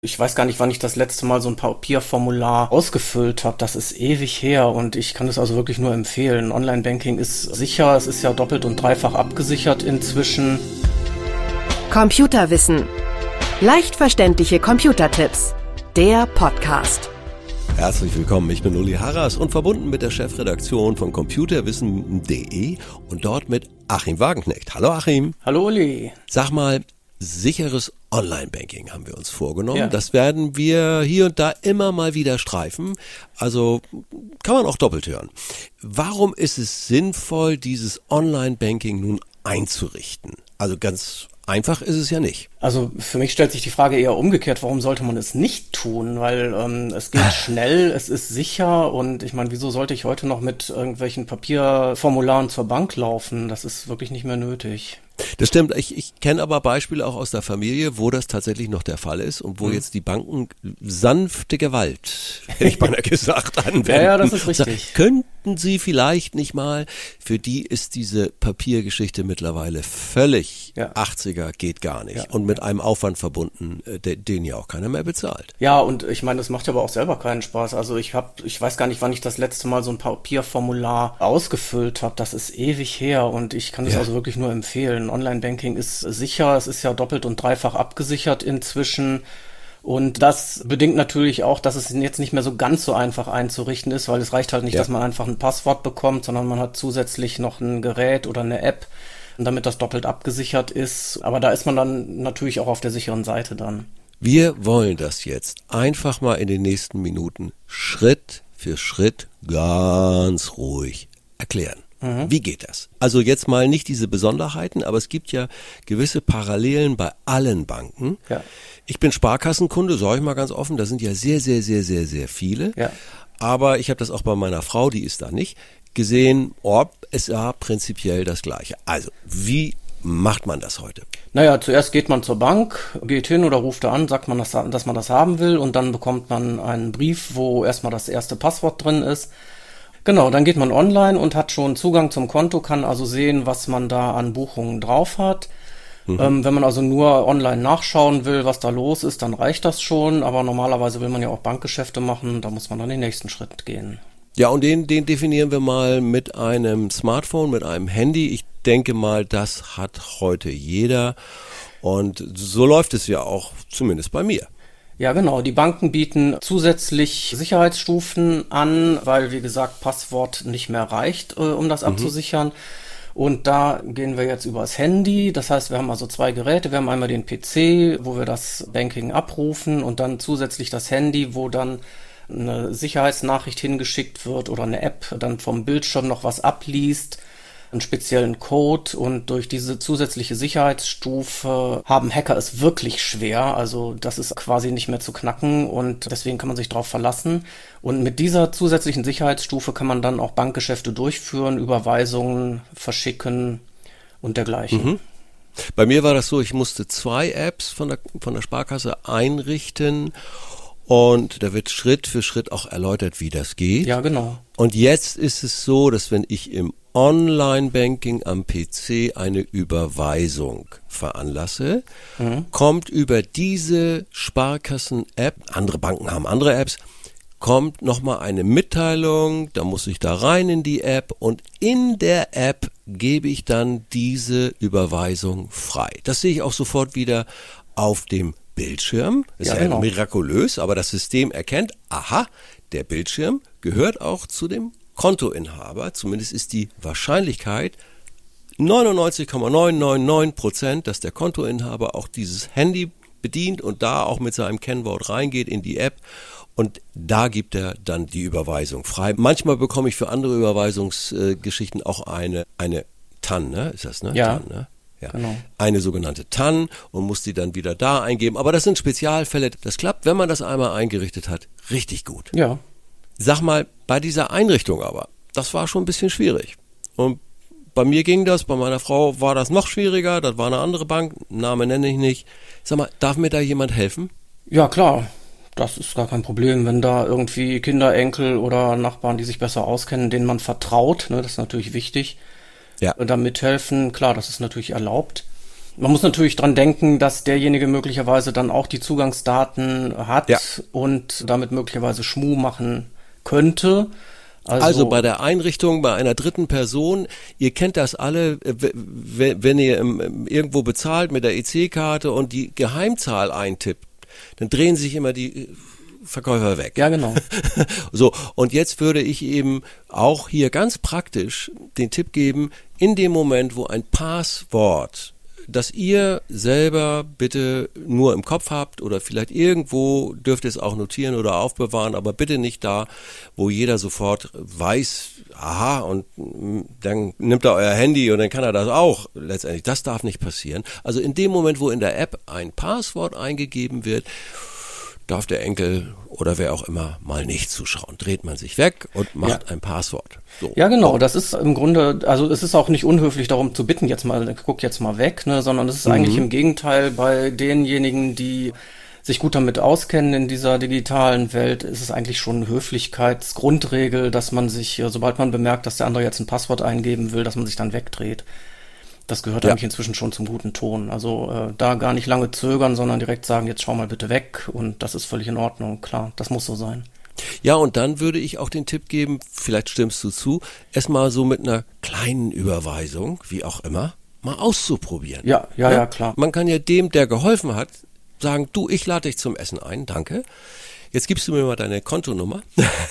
Ich weiß gar nicht, wann ich das letzte Mal so ein Papierformular ausgefüllt habe. Das ist ewig her und ich kann es also wirklich nur empfehlen. Online-Banking ist sicher, es ist ja doppelt und dreifach abgesichert inzwischen. Computerwissen. Leicht verständliche Computertipps. Der Podcast. Herzlich willkommen, ich bin Uli Harras und verbunden mit der Chefredaktion von computerwissen.de und dort mit Achim Wagenknecht. Hallo Achim. Hallo Uli. Sag mal, sicheres Online-Banking haben wir uns vorgenommen. Ja. Das werden wir hier und da immer mal wieder streifen. Also kann man auch doppelt hören. Warum ist es sinnvoll, dieses Online-Banking nun einzurichten? Also ganz einfach ist es ja nicht. Also für mich stellt sich die Frage eher umgekehrt, warum sollte man es nicht tun? Weil es geht schnell, es ist sicher und ich meine, wieso sollte ich heute noch mit irgendwelchen Papierformularen zur Bank laufen? Das ist wirklich nicht mehr nötig. Das stimmt. Ich kenne aber Beispiele auch aus der Familie, wo das tatsächlich noch der Fall ist und wo jetzt die Banken sanfte Gewalt, hätte ich beinahe gesagt, anwenden. Ja, das ist richtig. Könnten Sie vielleicht nicht mal, für die ist diese Papiergeschichte mittlerweile völlig 80er, geht gar nicht. Ja. Und mit einem Aufwand verbunden, den ja auch keiner mehr bezahlt. Ja, und ich meine, das macht ja aber auch selber keinen Spaß. Also ich weiß gar nicht, wann ich das letzte Mal so ein Papierformular ausgefüllt habe. Das ist ewig her und ich kann es also wirklich nur empfehlen. Online-Banking ist sicher, es ist ja doppelt und dreifach abgesichert inzwischen. Und das bedingt natürlich auch, dass es jetzt nicht mehr so ganz so einfach einzurichten ist, weil es reicht halt nicht, dass man einfach ein Passwort bekommt, sondern man hat zusätzlich noch ein Gerät oder eine App, damit das doppelt abgesichert ist. Aber da ist man dann natürlich auch auf der sicheren Seite dann. Wir wollen das jetzt einfach mal in den nächsten Minuten Schritt für Schritt ganz ruhig erklären. Wie geht das? Also jetzt mal nicht diese Besonderheiten, aber es gibt ja gewisse Parallelen bei allen Banken. Ja. Ich bin Sparkassenkunde, sage ich mal ganz offen, da sind ja sehr, sehr, sehr, sehr, sehr viele. Ja. Aber ich habe das auch bei meiner Frau, die ist da nicht, gesehen, es war prinzipiell das Gleiche. Also, wie macht man das heute? Naja, zuerst geht man zur Bank, geht hin oder ruft da an, sagt man, dass man das haben will und dann bekommt man einen Brief, wo erstmal das erste Passwort drin ist. Genau, dann geht man online und hat schon Zugang zum Konto, kann also sehen, was man da an Buchungen drauf hat. Wenn man also nur online nachschauen will, was da los ist, dann reicht das schon. Aber normalerweise will man ja auch Bankgeschäfte machen, da muss man dann den nächsten Schritt gehen. Ja, und den definieren wir mal mit einem Smartphone, mit einem Handy. Ich denke mal, das hat heute jeder. Und so läuft es ja auch, zumindest bei mir. Ja, genau. Die Banken bieten zusätzlich Sicherheitsstufen an, weil, wie gesagt, Passwort nicht mehr reicht, um das abzusichern. Und da gehen wir jetzt übers Handy. Das heißt, wir haben also zwei Geräte. Wir haben einmal den PC, wo wir das Banking abrufen und dann zusätzlich das Handy, wo dann eine Sicherheitsnachricht hingeschickt wird oder eine App dann vom Bildschirm noch was abliest, einen speziellen Code, und durch diese zusätzliche Sicherheitsstufe haben Hacker es wirklich schwer. Also das ist quasi nicht mehr zu knacken und deswegen kann man sich darauf verlassen. Und mit dieser zusätzlichen Sicherheitsstufe kann man dann auch Bankgeschäfte durchführen, Überweisungen verschicken und dergleichen. Bei mir war das so, ich musste 2 Apps von der Sparkasse einrichten. Und da wird Schritt für Schritt auch erläutert, wie das geht. Ja, genau. Und jetzt ist es so, dass wenn ich im Online-Banking am PC eine Überweisung veranlasse, kommt über diese Sparkassen-App, andere Banken haben andere Apps, kommt nochmal eine Mitteilung, da muss ich da rein in die App und in der App gebe ich dann diese Überweisung frei. Das sehe ich auch sofort wieder auf dem Bildschirm. Das ist ja mirakulös, aber das System erkennt, aha, der Bildschirm gehört auch zu dem Kontoinhaber. Zumindest ist die Wahrscheinlichkeit 99,999%, dass der Kontoinhaber auch dieses Handy bedient und da auch mit seinem Kennwort reingeht in die App und da gibt er dann die Überweisung frei. Manchmal bekomme ich für andere Überweisungsgeschichten auch eine TAN, ne? Ist das, ne? Ja. TAN, ne? Ja, genau. Eine sogenannte TAN und muss die dann wieder da eingeben. Aber das sind Spezialfälle. Das klappt, wenn man das einmal eingerichtet hat, richtig gut. Ja. Sag mal, bei dieser Einrichtung aber, das war schon ein bisschen schwierig. Und bei mir ging das, bei meiner Frau war das noch schwieriger. Das war eine andere Bank, Name nenne ich nicht. Sag mal, darf mir da jemand helfen? Ja, klar. Das ist gar kein Problem, wenn da irgendwie Kinder, Enkel oder Nachbarn, die sich besser auskennen, denen man vertraut, ne, das ist natürlich wichtig. Ja. Da mithelfen, klar, das ist natürlich erlaubt. Man muss natürlich dran denken, dass derjenige möglicherweise dann auch die Zugangsdaten hat und damit möglicherweise Schmuh machen könnte. Also bei der Einrichtung bei einer dritten Person, ihr kennt das alle, wenn ihr irgendwo bezahlt mit der EC-Karte und die Geheimzahl eintippt, dann drehen sich immer die Verkäufer weg. Ja, genau. So, und jetzt würde ich eben auch hier ganz praktisch den Tipp geben, in dem Moment, wo ein Passwort, das ihr selber bitte nur im Kopf habt oder vielleicht irgendwo dürft ihr es auch notieren oder aufbewahren, aber bitte nicht da, wo jeder sofort weiß, aha, und dann nimmt er euer Handy und dann kann er das auch letztendlich. Das darf nicht passieren. Also in dem Moment, wo in der App ein Passwort eingegeben wird, darf der Enkel oder wer auch immer mal nicht zuschauen. Dreht man sich weg und macht ein Passwort. So. Ja, genau. Das ist im Grunde, also es ist auch nicht unhöflich darum zu bitten, guck jetzt mal weg, ne, sondern es ist eigentlich im Gegenteil bei denjenigen, die sich gut damit auskennen in dieser digitalen Welt, ist es eigentlich schon eine Höflichkeitsgrundregel, dass man sich, sobald man bemerkt, dass der andere jetzt ein Passwort eingeben will, dass man sich dann wegdreht. Das gehört eigentlich inzwischen schon zum guten Ton. Also da gar nicht lange zögern, sondern direkt sagen, jetzt schau mal bitte weg, und das ist völlig in Ordnung. Klar, das muss so sein. Ja, und dann würde ich auch den Tipp geben, vielleicht stimmst du zu, es mal so mit einer kleinen Überweisung, wie auch immer, mal auszuprobieren. Ja, klar. Man kann ja dem, der geholfen hat, sagen, du, ich lade dich zum Essen ein, danke. Jetzt gibst du mir mal deine Kontonummer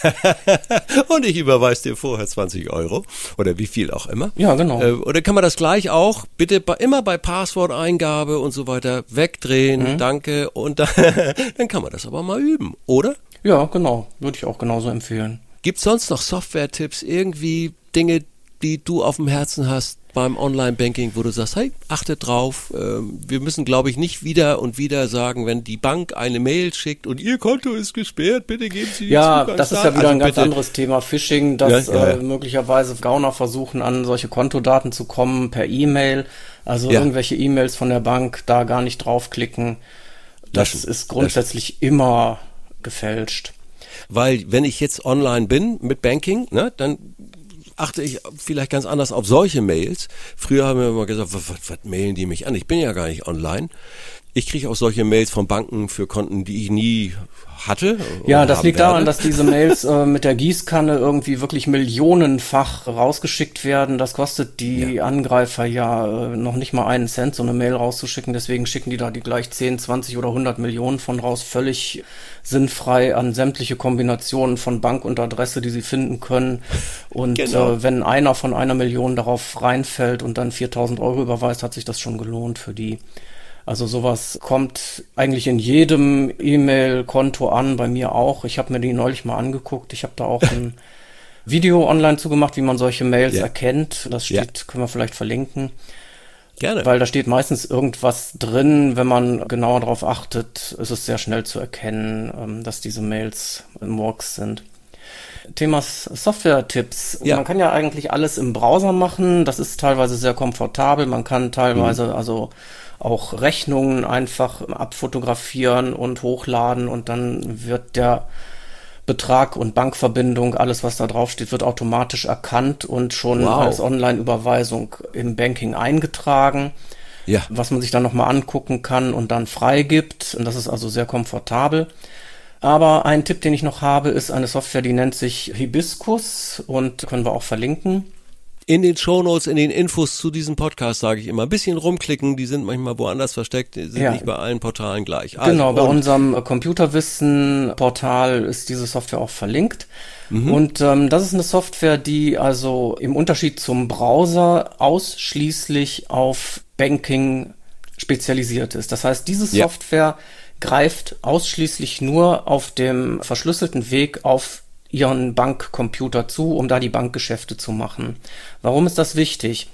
und ich überweise dir vorher 20 € oder wie viel auch immer. Ja, genau. Oder kann man das gleich auch, bitte immer bei Passworteingabe und so weiter wegdrehen, danke, und dann kann man das aber mal üben, oder? Ja, genau. Würde ich auch genauso empfehlen. Gibt's sonst noch Software-Tipps, irgendwie Dinge, die du auf dem Herzen hast beim Online-Banking, wo du sagst, hey, achtet drauf, wir müssen, glaube ich, nicht wieder und wieder sagen, wenn die Bank eine Mail schickt und Ihr Konto ist gesperrt, bitte geben Sie die Zugangsdaten. Das ist ja wieder ein ganz anderes Thema, Phishing, dass möglicherweise Gauner versuchen, an solche Kontodaten zu kommen per E-Mail, also irgendwelche E-Mails von der Bank, da gar nicht draufklicken. Das ist grundsätzlich immer gefälscht. Weil wenn ich jetzt online bin mit Banking, ne, dann achte ich vielleicht ganz anders auf solche Mails. Früher haben wir immer gesagt, was mailen die mich an? Ich bin ja gar nicht online. Ich kriege auch solche Mails von Banken für Konten, die ich nie hatte. Ja, das liegt daran, dass diese Mails mit der Gießkanne irgendwie wirklich millionenfach rausgeschickt werden. Das kostet die Angreifer noch nicht mal einen Cent, so eine Mail rauszuschicken. Deswegen schicken die da die gleich 10, 20 oder 100 Millionen von raus, völlig sinnfrei an sämtliche Kombinationen von Bank und Adresse, die sie finden können. Und wenn einer von 1 Million darauf reinfällt und dann 4.000 € überweist, hat sich das schon gelohnt für die. Also sowas kommt eigentlich in jedem E-Mail-Konto an, bei mir auch. Ich habe mir die neulich mal angeguckt. Ich habe da auch ein Video online zugemacht, wie man solche Mails erkennt. Das steht, können wir vielleicht verlinken. Gerne. Weil da steht meistens irgendwas drin. Wenn man genauer darauf achtet, ist es sehr schnell zu erkennen, dass diese Mails Murks sind. Thema Software-Tipps. Man kann ja eigentlich alles im Browser machen. Das ist teilweise sehr komfortabel. Man kann teilweise auch Rechnungen einfach abfotografieren und hochladen, und dann wird der Betrag und Bankverbindung, alles was da drauf steht, wird automatisch erkannt und schon als Online-Überweisung im Banking eingetragen, was man sich dann nochmal angucken kann und dann freigibt. Und das ist also sehr komfortabel. Aber ein Tipp, den ich noch habe, ist eine Software, die nennt sich Hibiscus, und können wir auch verlinken. In den Shownotes, in den Infos zu diesem Podcast sage ich immer, ein bisschen rumklicken, die sind manchmal woanders versteckt, die sind nicht bei allen Portalen gleich. Also, genau, bei unserem Computerwissen-Portal ist diese Software auch verlinkt. Und das ist eine Software, die also im Unterschied zum Browser ausschließlich auf Banking spezialisiert ist. Das heißt, diese Software greift ausschließlich nur auf dem verschlüsselten Weg auf ihren Bankcomputer zu, um da die Bankgeschäfte zu machen. Warum ist das wichtig?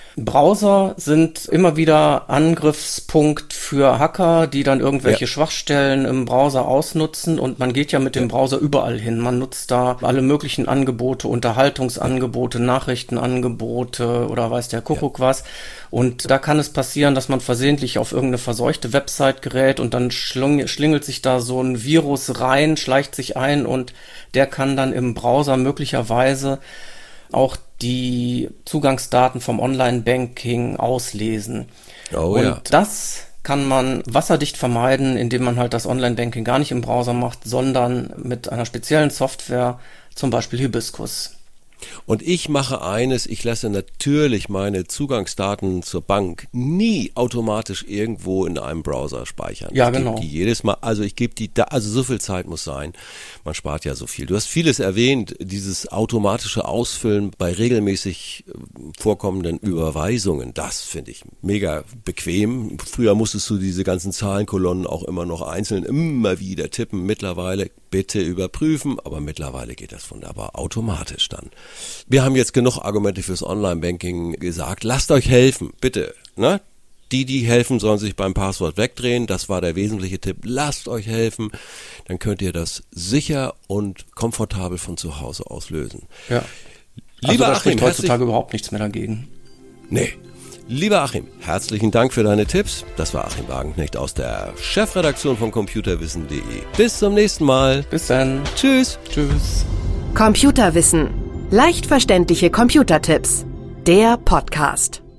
Browser sind immer wieder Angriffspunkt für Hacker, die dann irgendwelche Schwachstellen im Browser ausnutzen, und man geht ja mit dem Browser überall hin. Man nutzt da alle möglichen Angebote, Unterhaltungsangebote, Nachrichtenangebote oder weiß der Kuckuck was. Und da kann es passieren, dass man versehentlich auf irgendeine verseuchte Website gerät, und dann schlingelt sich da so ein Virus rein, schleicht sich ein, und der kann dann im Browser möglicherweise auch die Zugangsdaten vom Online-Banking auslesen. Das kann man wasserdicht vermeiden, indem man halt das Online-Banking gar nicht im Browser macht, sondern mit einer speziellen Software, zum Beispiel Hibiscus. Und ich mache eines, ich lasse natürlich meine Zugangsdaten zur Bank nie automatisch irgendwo in einem Browser speichern. Ja, genau. Ich gebe die jedes Mal, also ich gebe die da, also so viel Zeit muss sein. Man spart ja so viel. Du hast vieles erwähnt, dieses automatische Ausfüllen bei regelmäßig vorkommenden Überweisungen, das finde ich mega bequem. Früher musstest du diese ganzen Zahlenkolonnen auch immer noch einzeln immer wieder tippen. Mittlerweile bitte überprüfen, aber mittlerweile geht das wunderbar automatisch dann. Wir haben jetzt genug Argumente fürs Online-Banking gesagt. Lasst euch helfen, bitte. Ne? Die helfen, sollen sich beim Passwort wegdrehen. Das war der wesentliche Tipp. Lasst euch helfen. Dann könnt ihr das sicher und komfortabel von zu Hause aus lösen. Ja. Lieber da Achim, spricht heutzutage überhaupt nichts mehr dagegen. Nee. Lieber Achim, herzlichen Dank für deine Tipps. Das war Achim Wagenknecht aus der Chefredaktion von computerwissen.de. Bis zum nächsten Mal. Bis dann. Tschüss. Tschüss. Computerwissen. Leicht verständliche Computertipps. Der Podcast.